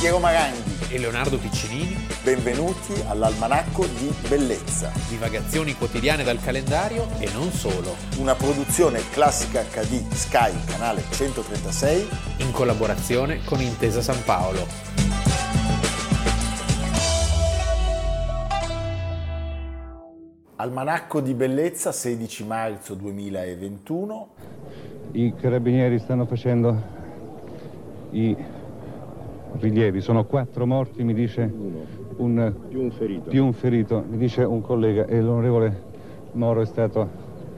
Piero Maranghi e Leonardo Piccinini. Benvenuti all'Almanacco di Bellezza. Divagazioni quotidiane dal calendario e non solo. Una produzione Classica HD Sky, canale 136, in collaborazione con Intesa San Paolo. Almanacco di Bellezza, 16 marzo 2021. I carabinieri stanno facendo i rilievi, sono 4 morti, mi dice più un ferito, mi dice un collega, e l'onorevole Moro è stato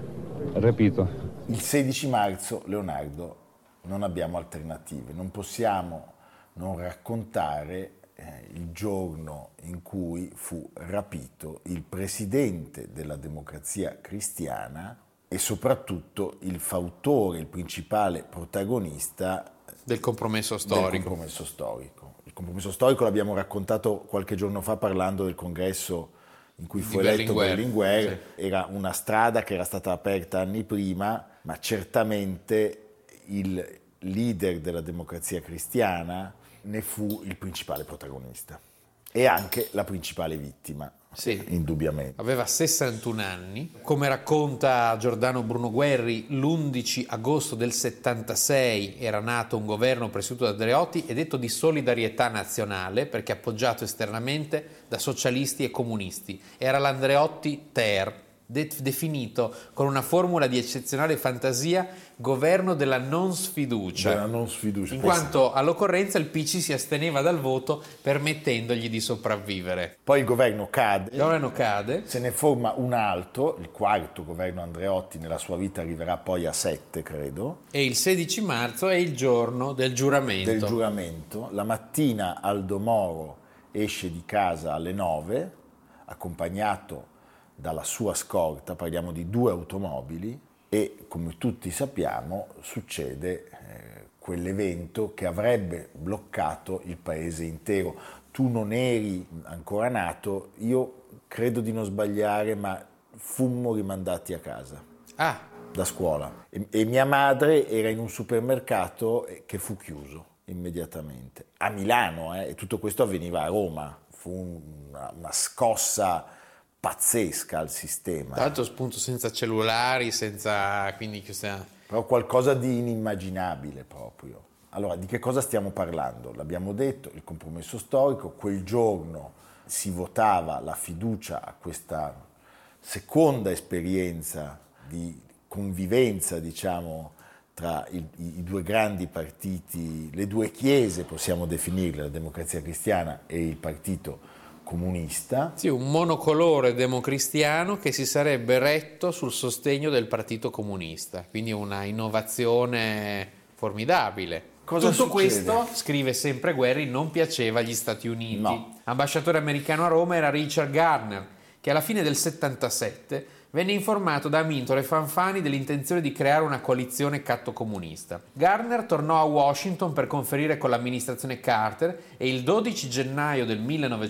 rapito. Il 16 marzo, Leonardo, non abbiamo alternative, non possiamo non raccontare il giorno in cui fu rapito il presidente della Democrazia Cristiana e soprattutto il fautore, il principale protagonista del compromesso storico. Il compromesso storico l'abbiamo raccontato qualche giorno fa parlando del congresso in cui fu eletto Berlinguer. Sì. Era una strada che era stata aperta anni prima, ma certamente il leader della Democrazia Cristiana ne fu il principale protagonista e anche la principale vittima. Sì, indubbiamente. Aveva 61 anni. Come racconta Giordano Bruno Guerri, l'11 agosto del 76 era nato un governo presieduto da Andreotti e detto di solidarietà nazionale perché appoggiato esternamente da socialisti e comunisti. Era l'Andreotti-Ter, definito con una formula di eccezionale fantasia governo della non sfiducia, in quanto all'occorrenza il PC si asteneva dal voto permettendogli di sopravvivere. Poi il governo cade, se ne forma un altro, il quarto governo Andreotti, nella sua vita arriverà poi a 7, credo. E il 16 marzo è il giorno del giuramento. La mattina Aldo Moro esce di casa alle 9, accompagnato dalla sua scorta, parliamo di 2 automobili, e come tutti sappiamo succede quell'evento che avrebbe bloccato il paese intero. Tu non eri ancora nato, io credo di non sbagliare, ma fummo rimandati a casa da scuola e mia madre era in un supermercato che fu chiuso immediatamente a Milano, e tutto questo avveniva a Roma. Fu una scossa pazzesca al sistema. Tra l'altro appunto senza cellulari, quindi però qualcosa di inimmaginabile proprio. Allora, di che cosa stiamo parlando? L'abbiamo detto, il compromesso storico. Quel giorno si votava la fiducia a questa seconda esperienza di convivenza, diciamo, tra i 2 grandi partiti, le 2 chiese, possiamo definirle, la Democrazia Cristiana e il Partito Comunista. Sì, un monocolore democristiano che si sarebbe retto sul sostegno del Partito Comunista, quindi una innovazione formidabile. Cosa Tutto succede? Questo, scrive sempre Guerri, non piaceva agli Stati Uniti. No. Ambasciatore americano a Roma era Richard Gardner, che alla fine del 77 venne informato da Amintore Fanfani dell'intenzione di creare una coalizione catto-comunista. Gardner tornò a Washington per conferire con l'amministrazione Carter e il 12 gennaio del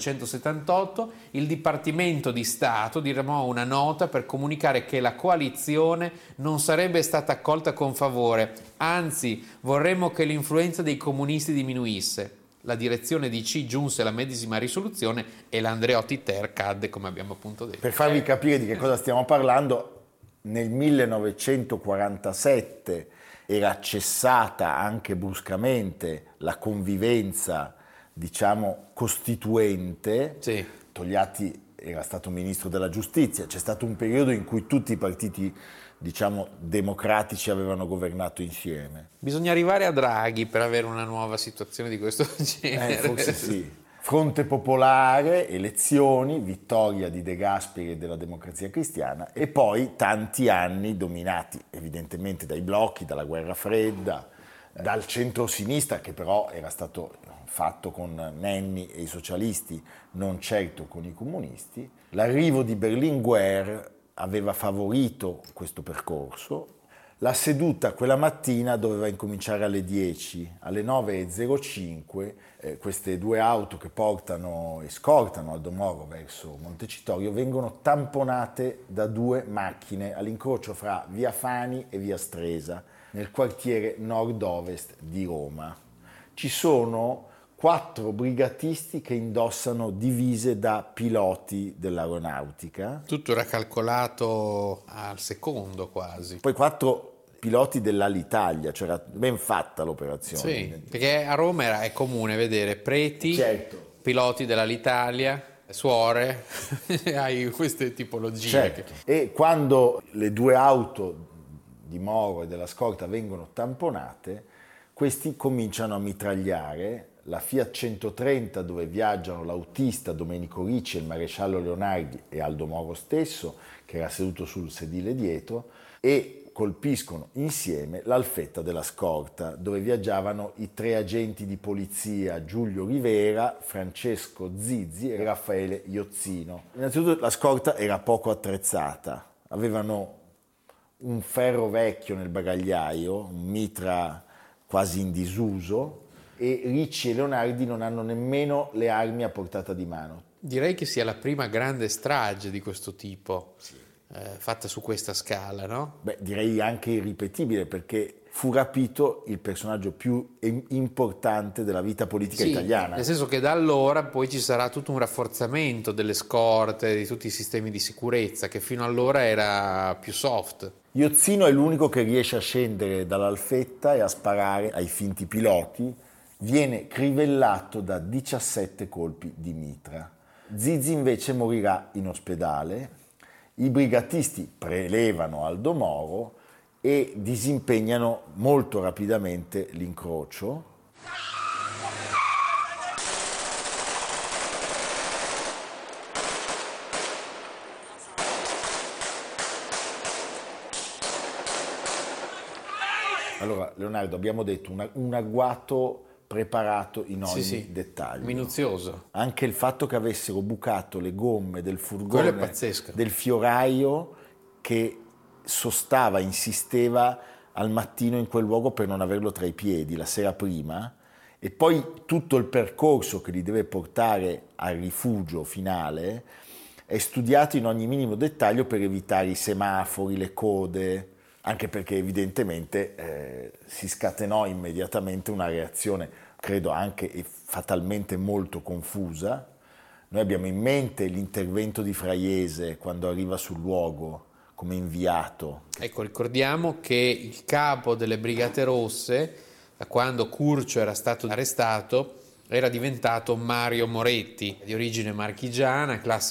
1978 il Dipartimento di Stato diramò una nota per comunicare che la coalizione non sarebbe stata accolta con favore, anzi vorremmo che l'influenza dei comunisti diminuisse. La direzione DC giunse alla medesima risoluzione e l'Andreotti-Ter cadde, come abbiamo appunto detto. Per farvi capire di che cosa stiamo parlando, nel 1947 era cessata anche bruscamente la convivenza, diciamo, costituente. Sì. Togliatti era stato ministro della giustizia, c'è stato un periodo in cui tutti i partiti, diciamo, democratici avevano governato insieme. Bisogna arrivare a Draghi per avere una nuova situazione di questo genere. Forse sì. Fronte Popolare, elezioni, vittoria di De Gasperi e della Democrazia Cristiana e poi tanti anni dominati evidentemente dai blocchi, dalla guerra fredda, dal centro-sinistra che però era stato fatto con Nenni e i socialisti, non certo con i comunisti. L'arrivo di Berlinguer aveva favorito questo percorso. La seduta quella mattina doveva incominciare alle 10, alle 9:05 queste 2 auto che portano e scortano Aldo Moro verso Montecitorio vengono tamponate da 2 macchine all'incrocio fra via Fani e via Stresa, nel quartiere nord-ovest di Roma. Ci sono 4 brigatisti che indossano divise da piloti dell'aeronautica. Tutto era calcolato al secondo quasi. Poi 4 piloti dell'Alitalia, cioè era ben fatta l'operazione. Sì, perché a Roma è comune vedere preti, certo, piloti dell'Alitalia, suore, hai queste tipologie. Certo. E quando le 2 auto di Moro e della scorta vengono tamponate, questi cominciano a mitragliare la Fiat 130 dove viaggiano l'autista Domenico Ricci, il maresciallo Leonardi e Aldo Moro stesso, che era seduto sul sedile dietro, e colpiscono insieme l'Alfetta della scorta, dove viaggiavano i 3 agenti di polizia Giulio Rivera, Francesco Zizzi e Raffaele Iozzino. Innanzitutto la scorta era poco attrezzata, avevano un ferro vecchio nel bagagliaio, un mitra quasi in disuso, e Ricci e Leonardi non hanno nemmeno le armi a portata di mano. Direi che sia la prima grande strage di questo tipo, fatta su questa scala, no? Beh, direi anche irripetibile, perché fu rapito il personaggio più importante della vita politica italiana. Nel senso che da allora poi ci sarà tutto un rafforzamento delle scorte, di tutti i sistemi di sicurezza, che fino allora era più soft. Iozzino è l'unico che riesce a scendere dall'Alfetta e a sparare ai finti piloti. Viene crivellato da 17 colpi di mitra. Zizzi invece morirà in ospedale. I brigatisti prelevano Aldo Moro e disimpegnano molto rapidamente l'incrocio. Allora, Leonardo, abbiamo detto un agguato preparato in ogni dettaglio. Minuzioso. Anche il fatto che avessero bucato le gomme del Quello è furgone pazzesco. del fioraio che insisteva al mattino in quel luogo per non averlo tra i piedi la sera prima, e poi tutto il percorso che li deve portare al rifugio finale è studiato in ogni minimo dettaglio per evitare i semafori, le code, anche perché evidentemente si scatenò immediatamente una reazione, credo anche e fatalmente molto confusa. Noi abbiamo in mente l'intervento di Fraiese quando arriva sul luogo come inviato. Ecco, ricordiamo che il capo delle Brigate Rosse, da quando Curcio era stato arrestato, era diventato Mario Moretti, di origine marchigiana, classe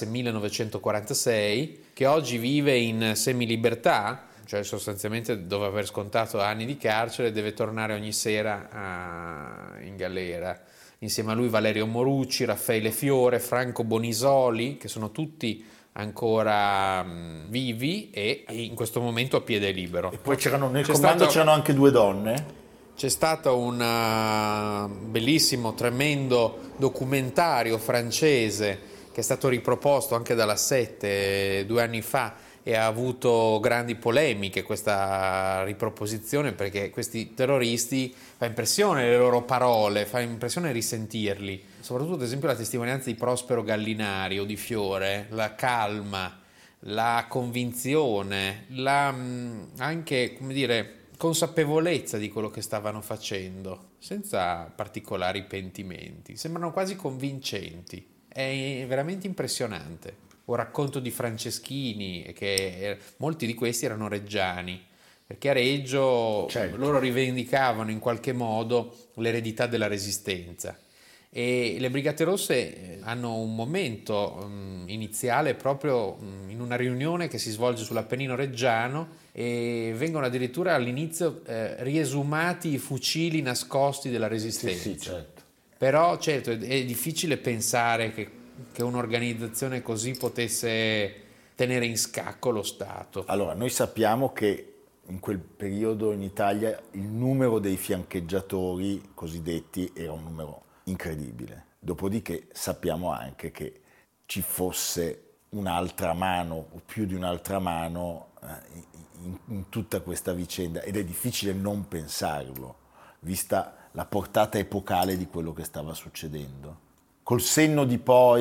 1946, che oggi vive in semilibertà, cioè sostanzialmente dopo aver scontato anni di carcere deve tornare ogni sera in galera. Insieme a lui Valerio Morucci, Raffaele Fiore, Franco Bonisoli, che sono tutti ancora vivi e in questo momento a piede libero. E poi nel comando c'erano anche 2 donne. C'è stato un bellissimo, tremendo documentario francese che è stato riproposto anche dalla 7 2 anni fa, e ha avuto grandi polemiche questa riproposizione, perché questi terroristi, fa impressione le loro parole, fa impressione risentirli, soprattutto ad esempio la testimonianza di Prospero Gallinari o di Fiore, la calma, la convinzione, anche, come dire, consapevolezza di quello che stavano facendo, senza particolari pentimenti, sembrano quasi convincenti, è veramente impressionante. O racconto di Franceschini, che molti di questi erano reggiani, perché a Reggio loro rivendicavano in qualche modo l'eredità della Resistenza, e le Brigate Rosse hanno un momento iniziale proprio in una riunione che si svolge sull'Appennino reggiano, e vengono addirittura all'inizio riesumati i fucili nascosti della Resistenza. Sì, certo. Però certo è difficile pensare che un'organizzazione così potesse tenere in scacco lo Stato. Allora, noi sappiamo che in quel periodo in Italia il numero dei fiancheggiatori cosiddetti era un numero incredibile. Dopodiché sappiamo anche che ci fosse un'altra mano o più di un'altra mano in tutta questa vicenda, ed è difficile non pensarlo, vista la portata epocale di quello che stava succedendo. Col senno di poi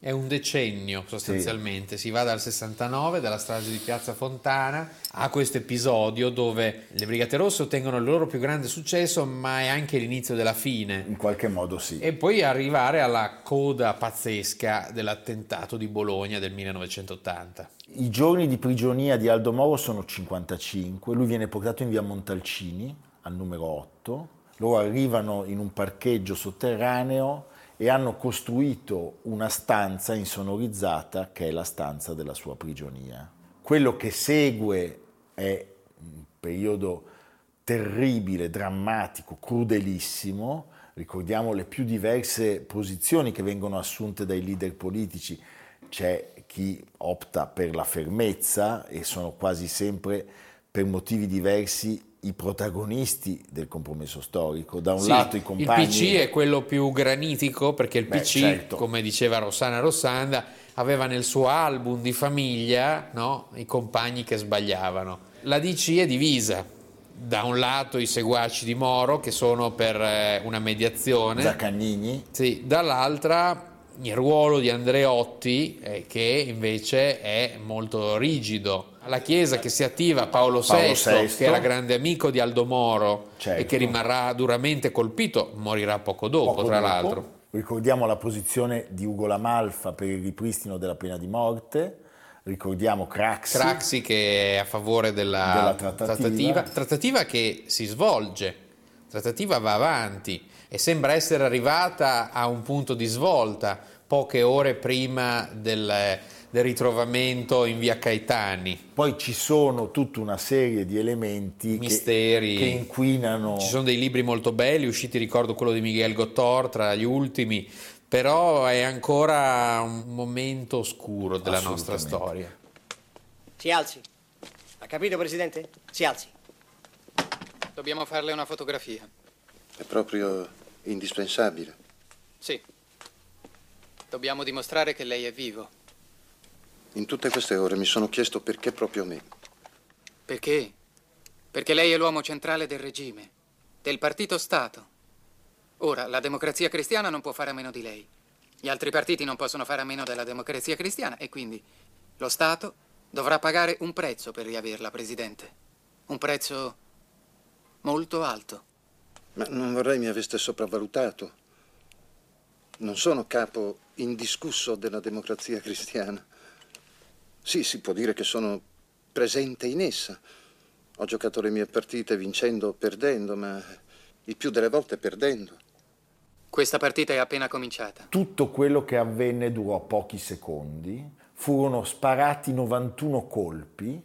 È un decennio sostanzialmente, si va dal 69, dalla strage di Piazza Fontana, a questo episodio dove le Brigate Rosse ottengono il loro più grande successo, ma è anche l'inizio della fine. In qualche modo sì. E poi arrivare alla coda pazzesca dell'attentato di Bologna del 1980. I giorni di prigionia di Aldo Moro sono 55, lui viene portato in via Montalcini, al numero 8, loro arrivano in un parcheggio sotterraneo e hanno costruito una stanza insonorizzata che è la stanza della sua prigionia. Quello che segue è un periodo terribile, drammatico, crudelissimo. Ricordiamo le più diverse posizioni che vengono assunte dai leader politici. C'è chi opta per la fermezza e sono quasi sempre, per motivi diversi, i protagonisti del compromesso storico. Da un lato i compagni... Il PC è quello più granitico, perché il PC, certo, come diceva Rossana Rossanda, aveva nel suo album di famiglia, no, i compagni che sbagliavano. La DC è divisa. Da un lato i seguaci di Moro, che sono per una mediazione. Zaccagnini. Sì, dall'altra il ruolo di Andreotti, che invece è molto rigido. La Chiesa che si attiva, Paolo VI, che era grande amico di Aldo Moro, certo, e che rimarrà duramente colpito, morirà poco dopo, tra l'altro. Ricordiamo la posizione di Ugo La Malfa per il ripristino della pena di morte, ricordiamo Craxi che è a favore della trattativa che si svolge, trattativa va avanti e sembra essere arrivata a un punto di svolta poche ore prima del ritrovamento in via Caetani. Poi ci sono tutta una serie di elementi, misteri che inquinano. Ci sono dei libri molto belli usciti, ricordo quello di Miguel Gotor tra gli ultimi, però è ancora un momento oscuro della nostra storia. Si alzi. Ha capito, Presidente? Si alzi. Dobbiamo farle una fotografia. È proprio indispensabile. Sì. Dobbiamo dimostrare che lei è vivo. In tutte queste ore mi sono chiesto perché proprio me. Perché? Perché lei è l'uomo centrale del regime, del partito Stato. Ora, la Democrazia Cristiana non può fare a meno di lei. Gli altri partiti non possono fare a meno della Democrazia Cristiana e quindi lo Stato dovrà pagare un prezzo per riaverla, Presidente. Un prezzo molto alto. Ma non vorrei mi aveste sopravvalutato. Non sono capo indiscusso della Democrazia Cristiana. Sì, si può dire che sono presente in essa. Ho giocato le mie partite vincendo o perdendo, ma il più delle volte perdendo. Questa partita è appena cominciata. Tutto quello che avvenne durò pochi secondi, furono sparati 91 colpi,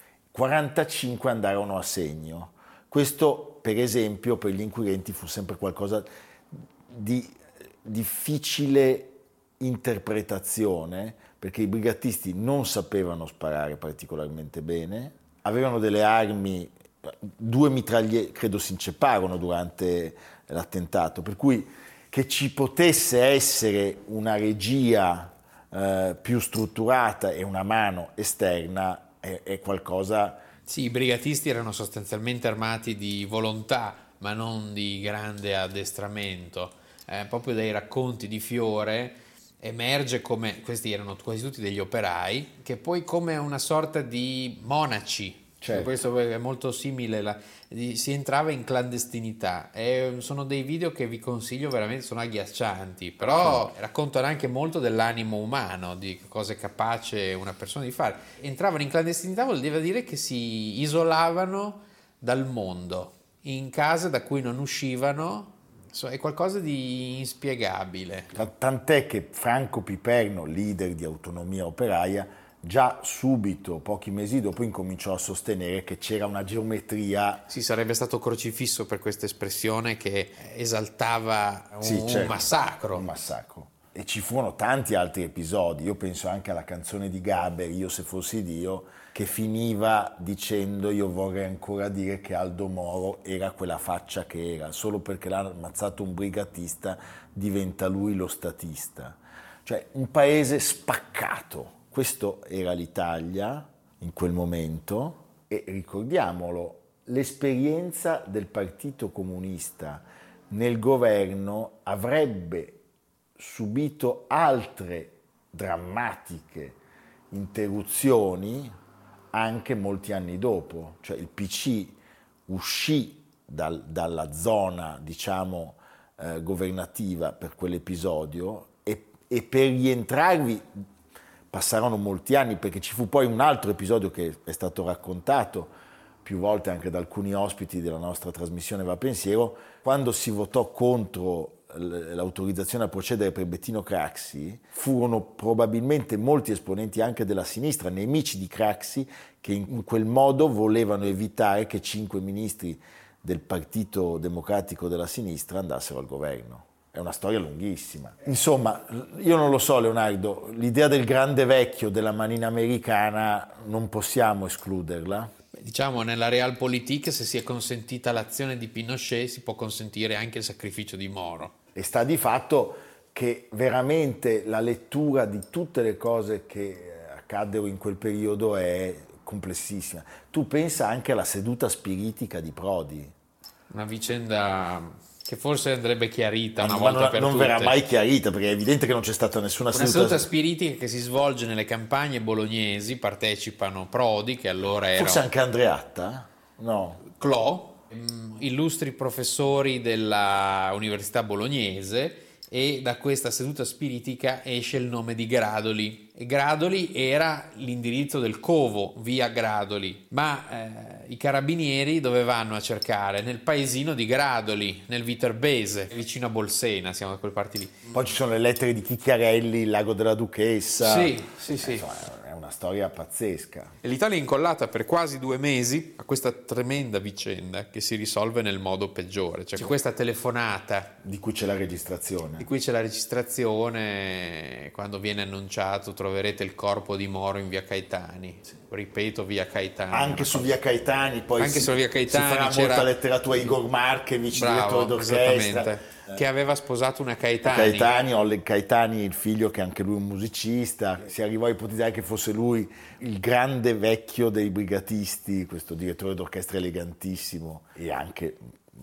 45 andarono a segno. Questo, per esempio, per gli inquirenti fu sempre qualcosa di difficile interpretazione, perché i brigatisti non sapevano sparare particolarmente bene, avevano delle armi, 2 mitragliere, credo si incepparono durante l'attentato, per cui che ci potesse essere una regia più strutturata e una mano esterna è qualcosa... Sì, i brigatisti erano sostanzialmente armati di volontà, ma non di grande addestramento. Proprio dai racconti di Fiore emerge come questi erano quasi tutti degli operai, che poi come una sorta di monaci. Certo. Questo è molto simile, si entrava in clandestinità. Sono dei video che vi consiglio, veramente sono agghiaccianti, però raccontano anche molto dell'animo umano, di cosa è capace una persona di fare. Entravano in clandestinità vuol dire che si isolavano dal mondo, in case da cui non uscivano. È qualcosa di inspiegabile. Tant'è che Franco Piperno, leader di Autonomia Operaia, già subito, pochi mesi dopo, incominciò a sostenere che c'era una geometria... Sì, sarebbe stato crocifisso per questa espressione che esaltava un massacro. Un massacro. E ci furono tanti altri episodi. Io penso anche alla canzone di Gaber, Io se fossi Dio, che finiva dicendo: io vorrei ancora dire che Aldo Moro era quella faccia che era, solo perché l'ha ammazzato un brigatista diventa lui lo statista. Cioè un paese spaccato. Questo era l'Italia in quel momento e ricordiamolo, l'esperienza del Partito Comunista nel governo avrebbe subito altre drammatiche interruzioni anche molti anni dopo, cioè il PC uscì dalla zona, diciamo, governativa per quell'episodio e per rientrarvi passarono molti anni, perché ci fu poi un altro episodio che è stato raccontato più volte anche da alcuni ospiti della nostra trasmissione Va Pensiero, quando si votò contro l'autorizzazione a procedere per Bettino Craxi, furono probabilmente molti esponenti anche della sinistra, nemici di Craxi, che in quel modo volevano evitare che 5 ministri del Partito Democratico della sinistra andassero al governo. È una storia lunghissima. Insomma, io non lo so, Leonardo, l'idea del grande vecchio, della manina americana, non possiamo escluderla. Diciamo, nella realpolitik, se si è consentita l'azione di Pinochet, si può consentire anche il sacrificio di Moro. E sta di fatto che veramente la lettura di tutte le cose che accaddero in quel periodo è complessissima. Tu pensa anche alla seduta spiritica di Prodi. Una vicenda che forse andrebbe chiarita una volta per tutte. Non verrà mai chiarita, perché è evidente che non c'è stata nessuna seduta spiritica che si svolge nelle campagne bolognesi. Partecipano Prodi, che allora era... Forse anche Andreatta? No. Clò, illustri professori della Università Bolognese, e da questa seduta spiritica esce il nome di Gradoli. E Gradoli era l'indirizzo del covo, via Gradoli, ma i carabinieri dove vanno a cercare? Nel paesino di Gradoli, nel Viterbese, vicino a Bolsena, siamo da quelle parti lì. Poi ci sono le lettere di Chicchiarelli, il lago della Duchessa. Sì. Insomma, è una storia pazzesca. E l'Italia è incollata per quasi 2 mesi a questa tremenda vicenda che si risolve nel modo peggiore. Cioè, c'è questa telefonata. Di cui c'è la registrazione. Di cui c'è la registrazione, quando viene annunciato troverete il corpo di Moro in via Caetani. Sì. Ripeto, via Caetani. Anche su via Caetani, poi anche su via Caetani si farà molta letteratura. Igor Markevich, direttore d'orchestra. Che aveva sposato una Caetani. Oleg Caetani, il figlio, che è anche lui un musicista. Si arrivò a ipotizzare che fosse lui il grande vecchio dei brigatisti, questo direttore d'orchestra elegantissimo e anche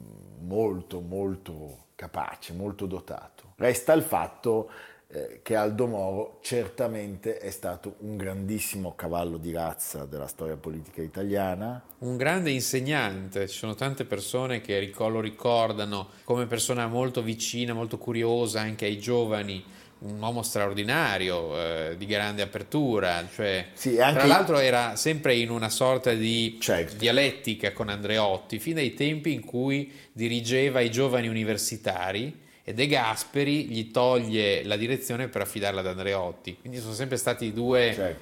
molto molto capace, molto dotato. Resta il fatto che Aldo Moro certamente è stato un grandissimo cavallo di razza della storia politica italiana. Un grande insegnante, ci sono tante persone che lo ricordano come persona molto vicina, molto curiosa anche ai giovani, un uomo straordinario, di grande apertura, cioè, sì, anche... Tra l'altro era sempre in una sorta di dialettica con Andreotti, fin dai tempi in cui dirigeva i giovani universitari, e De Gasperi gli toglie la direzione per affidarla ad Andreotti. Quindi sono sempre stati due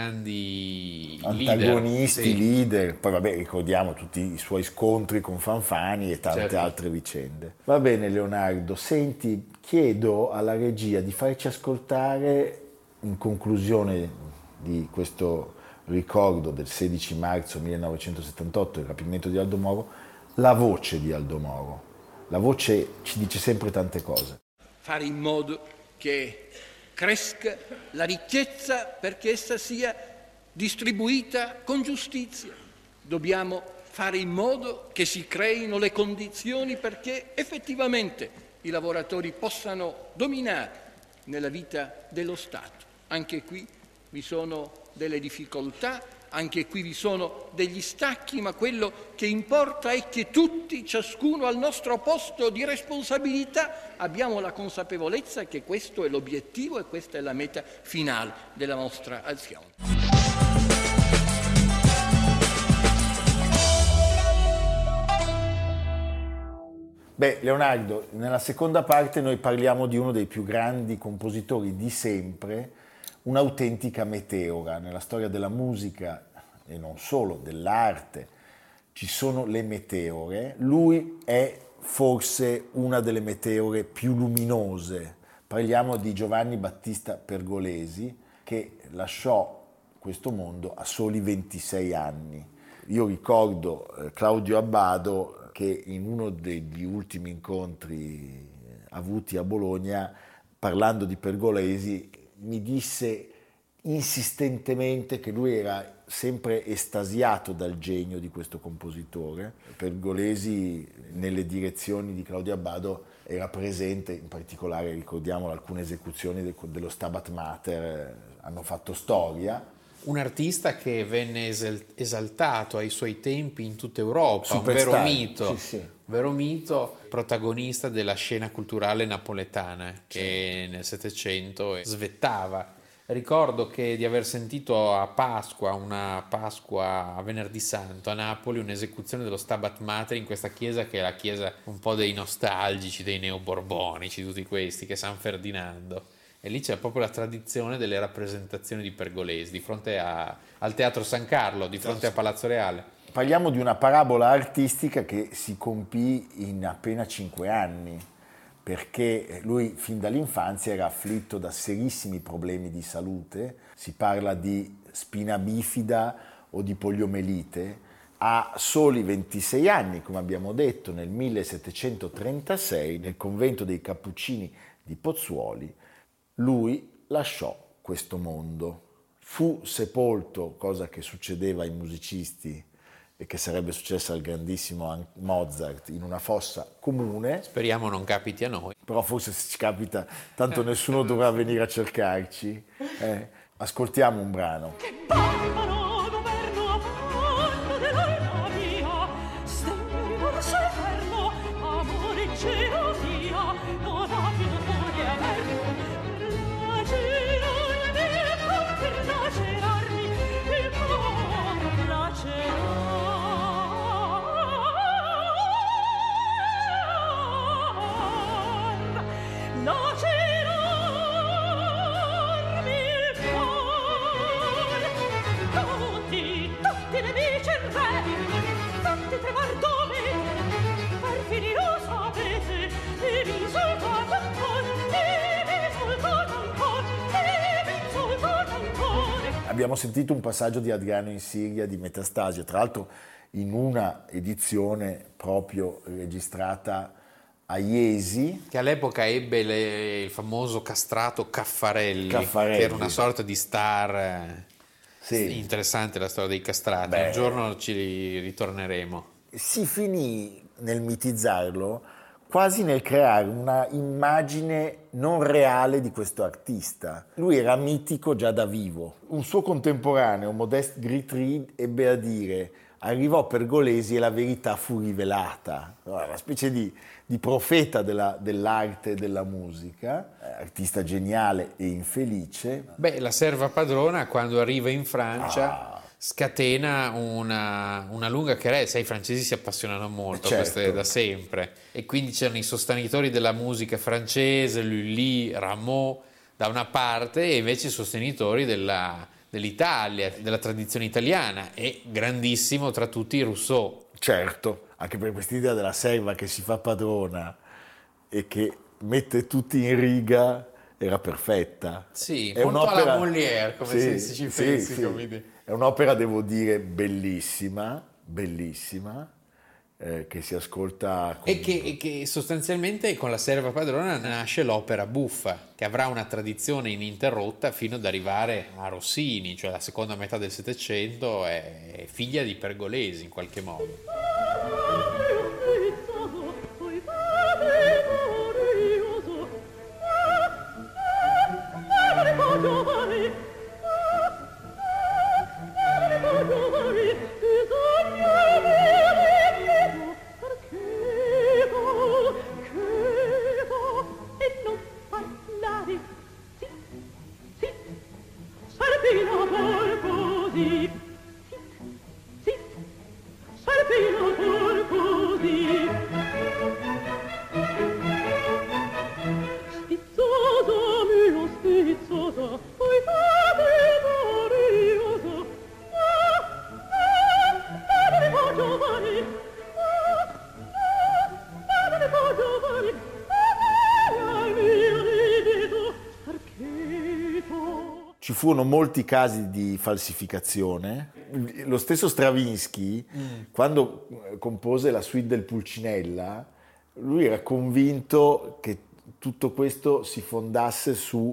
grandi antagonisti, leader. Poi vabbè, ricordiamo tutti i suoi scontri con Fanfani e tante altre vicende. Va bene Leonardo, senti, chiedo alla regia di farci ascoltare, in conclusione di questo ricordo del 16 marzo 1978, il rapimento di Aldo Moro, la voce di Aldo Moro. La voce ci dice sempre tante cose. Fare in modo che cresca la ricchezza perché essa sia distribuita con giustizia. Dobbiamo fare in modo che si creino le condizioni perché effettivamente i lavoratori possano dominare nella vita dello Stato. Anche qui vi sono delle difficoltà, anche qui vi sono degli stacchi, ma quello che importa è che tutti, ciascuno al nostro posto di responsabilità, abbiamo la consapevolezza che questo è l'obiettivo e questa è la meta finale della nostra azione. Beh, Leonardo, nella seconda parte noi parliamo di uno dei più grandi compositori di sempre, un'autentica meteora. Nella storia della musica e non solo, dell'arte, ci sono le meteore. Lui è forse una delle meteore più luminose. Parliamo di Giovanni Battista Pergolesi, che lasciò questo mondo a soli 26 anni. Io ricordo Claudio Abbado che in uno degli ultimi incontri avuti a Bologna, parlando di Pergolesi, mi disse: insistentemente che lui era sempre estasiato dal genio di questo compositore. Pergolesi nelle direzioni di Claudio Abbado era presente, in particolare ricordiamo alcune esecuzioni dello Stabat Mater, hanno fatto storia. Un artista che venne esaltato ai suoi tempi in tutta Europa, Superstar. Un vero mito, Sì. vero mito, protagonista della scena culturale napoletana che nel Settecento svettava. Ricordo di aver sentito a Pasqua, una Pasqua a Venerdì Santo a Napoli, un'esecuzione dello Stabat Mater in questa chiesa che è la chiesa un po' dei nostalgici, dei neoborbonici, tutti questi, che è San Ferdinando. E lì c'è proprio la tradizione delle rappresentazioni di Pergolesi di fronte al Teatro San Carlo, di fronte a Palazzo Reale. Parliamo di una parabola artistica che si compì in appena 5 anni, perché lui fin dall'infanzia era afflitto da serissimi problemi di salute, si parla di spina bifida o di poliomelite. A soli 26 anni, come abbiamo detto, nel 1736, nel convento dei Cappuccini di Pozzuoli, lui lasciò questo mondo. Fu sepolto, cosa che succedeva ai musicisti e che sarebbe successa al grandissimo Mozart, in una fossa comune. Speriamo non capiti a noi. Però forse se ci capita, tanto nessuno dovrà venire a cercarci. Ascoltiamo un brano. Che barbaro governo affanno della via, sdegno rimorso eterno, amore gelosia, non ha più d'amore averno. Abbiamo sentito un passaggio di Adriano in Siria di Metastasio, tra l'altro in una edizione proprio registrata a Iesi. Che all'epoca ebbe il famoso castrato Caffarelli, che era una sorta di star. Sì. Interessante la storia dei castrati. Un giorno ci ritorneremo. Si finì nel mitizzarlo, quasi nel creare una immagine non reale di questo artista. Lui era mitico già da vivo. Un suo contemporaneo, Modeste Guitry, ebbe a dire: arrivò Pergolesi e la verità fu rivelata. Una specie di profeta dell'arte e della musica, artista geniale e infelice. La serva padrona, quando arriva in Francia, scatena una lunga querela. Sai, i francesi si appassionano molto a queste da sempre, e quindi c'erano i sostenitori della musica francese, Lully, Rameau da una parte, e invece i sostenitori dell'Italia, della tradizione italiana, e grandissimo tra tutti Rousseau. Certo, anche per quest'idea della serva che si fa padrona e che mette tutti in riga era perfetta. Sì, è molto alla Molière, come se ci pensi. Sì. È un'opera, devo dire, bellissima, che si ascolta e che sostanzialmente con la serva padrona nasce l'opera buffa, che avrà una tradizione ininterrotta fino ad arrivare a Rossini, cioè la seconda metà del Settecento è figlia di Pergolesi in qualche modo. Ci furono molti casi di falsificazione. Lo stesso Stravinsky, quando compose la suite del Pulcinella, lui era convinto che tutto questo si fondasse su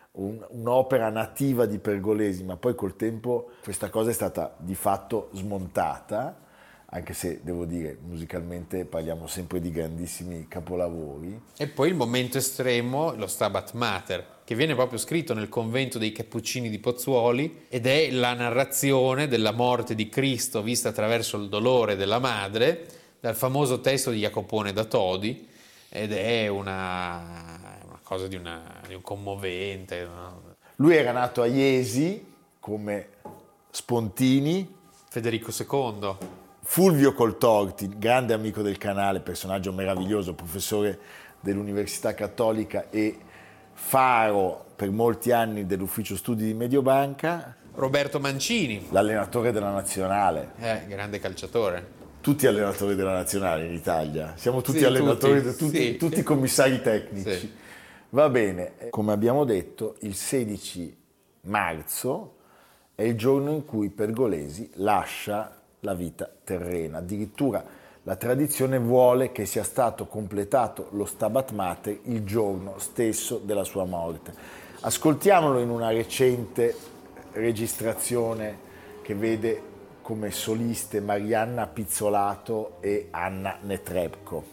un'opera nativa di Pergolesi, ma poi col tempo questa cosa è stata di fatto smontata, anche se devo dire musicalmente parliamo sempre di grandissimi capolavori. E poi il momento estremo, lo Stabat Mater, che viene proprio scritto nel convento dei Cappuccini di Pozzuoli ed è la narrazione della morte di Cristo vista attraverso il dolore della madre, dal famoso testo di Jacopone da Todi, ed è una cosa di un commovente. No? Lui era nato a Iesi come Spontini. Federico II. Fulvio Coltorti, grande amico del canale, personaggio meraviglioso, professore dell'Università Cattolica e faro per molti anni dell'ufficio studi di Mediobanca. Roberto Mancini, l'allenatore della Nazionale. Grande calciatore. Tutti allenatori della Nazionale in Italia, siamo tutti allenatori, tutti commissari tecnici. Sì. Va bene, come abbiamo detto, il 16 marzo è il giorno in cui Pergolesi lascia la vita terrena. Addirittura la tradizione vuole che sia stato completato lo Stabat Mater il giorno stesso della sua morte. Ascoltiamolo in una recente registrazione che vede come soliste Marianna Pizzolato e Anna Netrebko.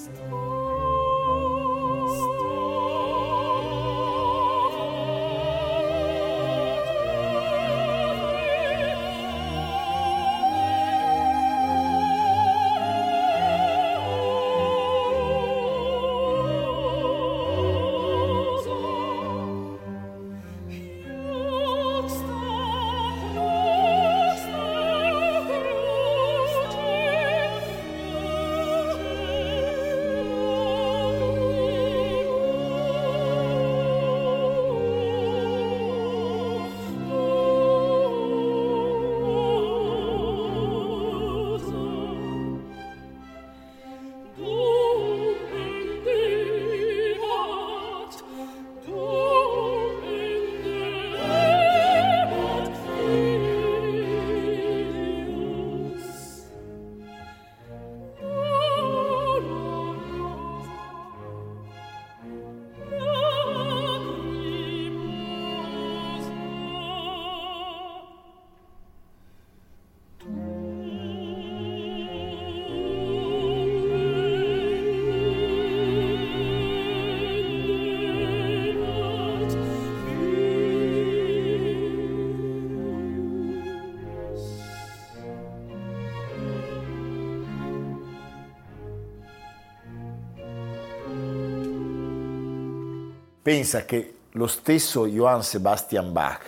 Pensa che lo stesso Johann Sebastian Bach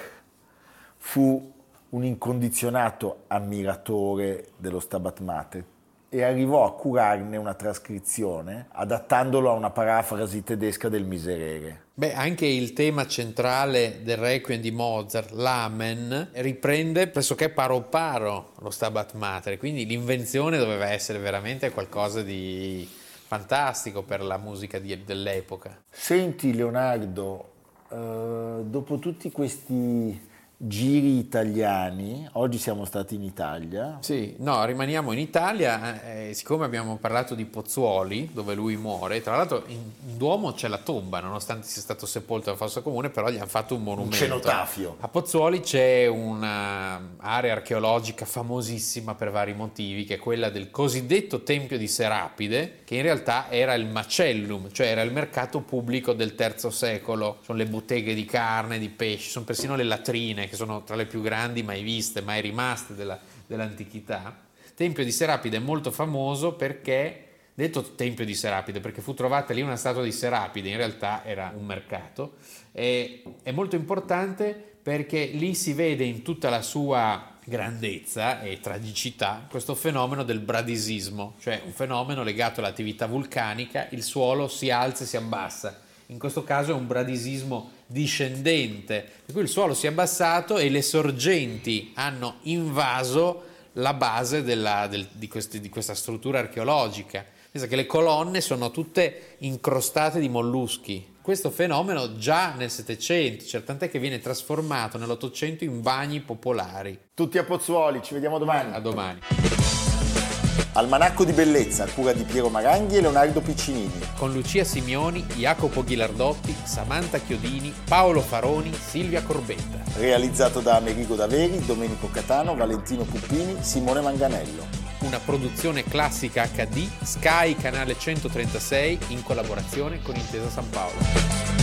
fu un incondizionato ammiratore dello Stabat Mater e arrivò a curarne una trascrizione adattandolo a una parafrasi tedesca del Miserere. Beh, anche il tema centrale del Requiem di Mozart, l'Amen, riprende pressoché paro paro lo Stabat Mater, quindi l'invenzione doveva essere veramente qualcosa di fantastico per la musica dell'epoca. Senti Leonardo, dopo tutti questi giri italiani, oggi siamo stati in Italia. Sì, no, rimaniamo in Italia, siccome abbiamo parlato di Pozzuoli, dove lui muore, tra l'altro in Duomo c'è la tomba, nonostante sia stato sepolto nella fossa comune, però gli hanno fatto un monumento. Un cenotafio. A Pozzuoli c'è un'area archeologica famosissima per vari motivi, che è quella del cosiddetto Tempio di Serapide, che in realtà era il macellum, cioè era il mercato pubblico del III secolo. Sono le botteghe di carne, di pesce, sono persino le latrine, che sono tra le più grandi mai viste, mai rimaste dell'antichità. Tempio di Serapide è molto famoso perché, detto Tempio di Serapide, perché fu trovata lì una statua di Serapide, in realtà era un mercato, e è molto importante perché lì si vede in tutta la sua grandezza e tragicità questo fenomeno del bradisismo, cioè un fenomeno legato all'attività vulcanica, il suolo si alza e si abbassa. In questo caso è un bradisismo discendente, per cui il suolo si è abbassato e le sorgenti hanno invaso la base di questa struttura archeologica. Pensa che le colonne sono tutte incrostate di molluschi. Questo fenomeno già nel Settecento, cioè, tant'è che viene trasformato nell'Ottocento in bagni popolari. Tutti a Pozzuoli, ci vediamo domani. A domani. Almanacco di bellezza a cura di Piero Maranghi e Leonardo Piccinini. Con Lucia Simioni, Jacopo Ghilardotti, Samantha Chiodini, Paolo Faroni, Silvia Corbetta. Realizzato da Amerigo Daveri, Domenico Catano, Valentino Puppini, Simone Manganello. Una produzione Classica HD, Sky Canale 136 in collaborazione con Intesa San Paolo.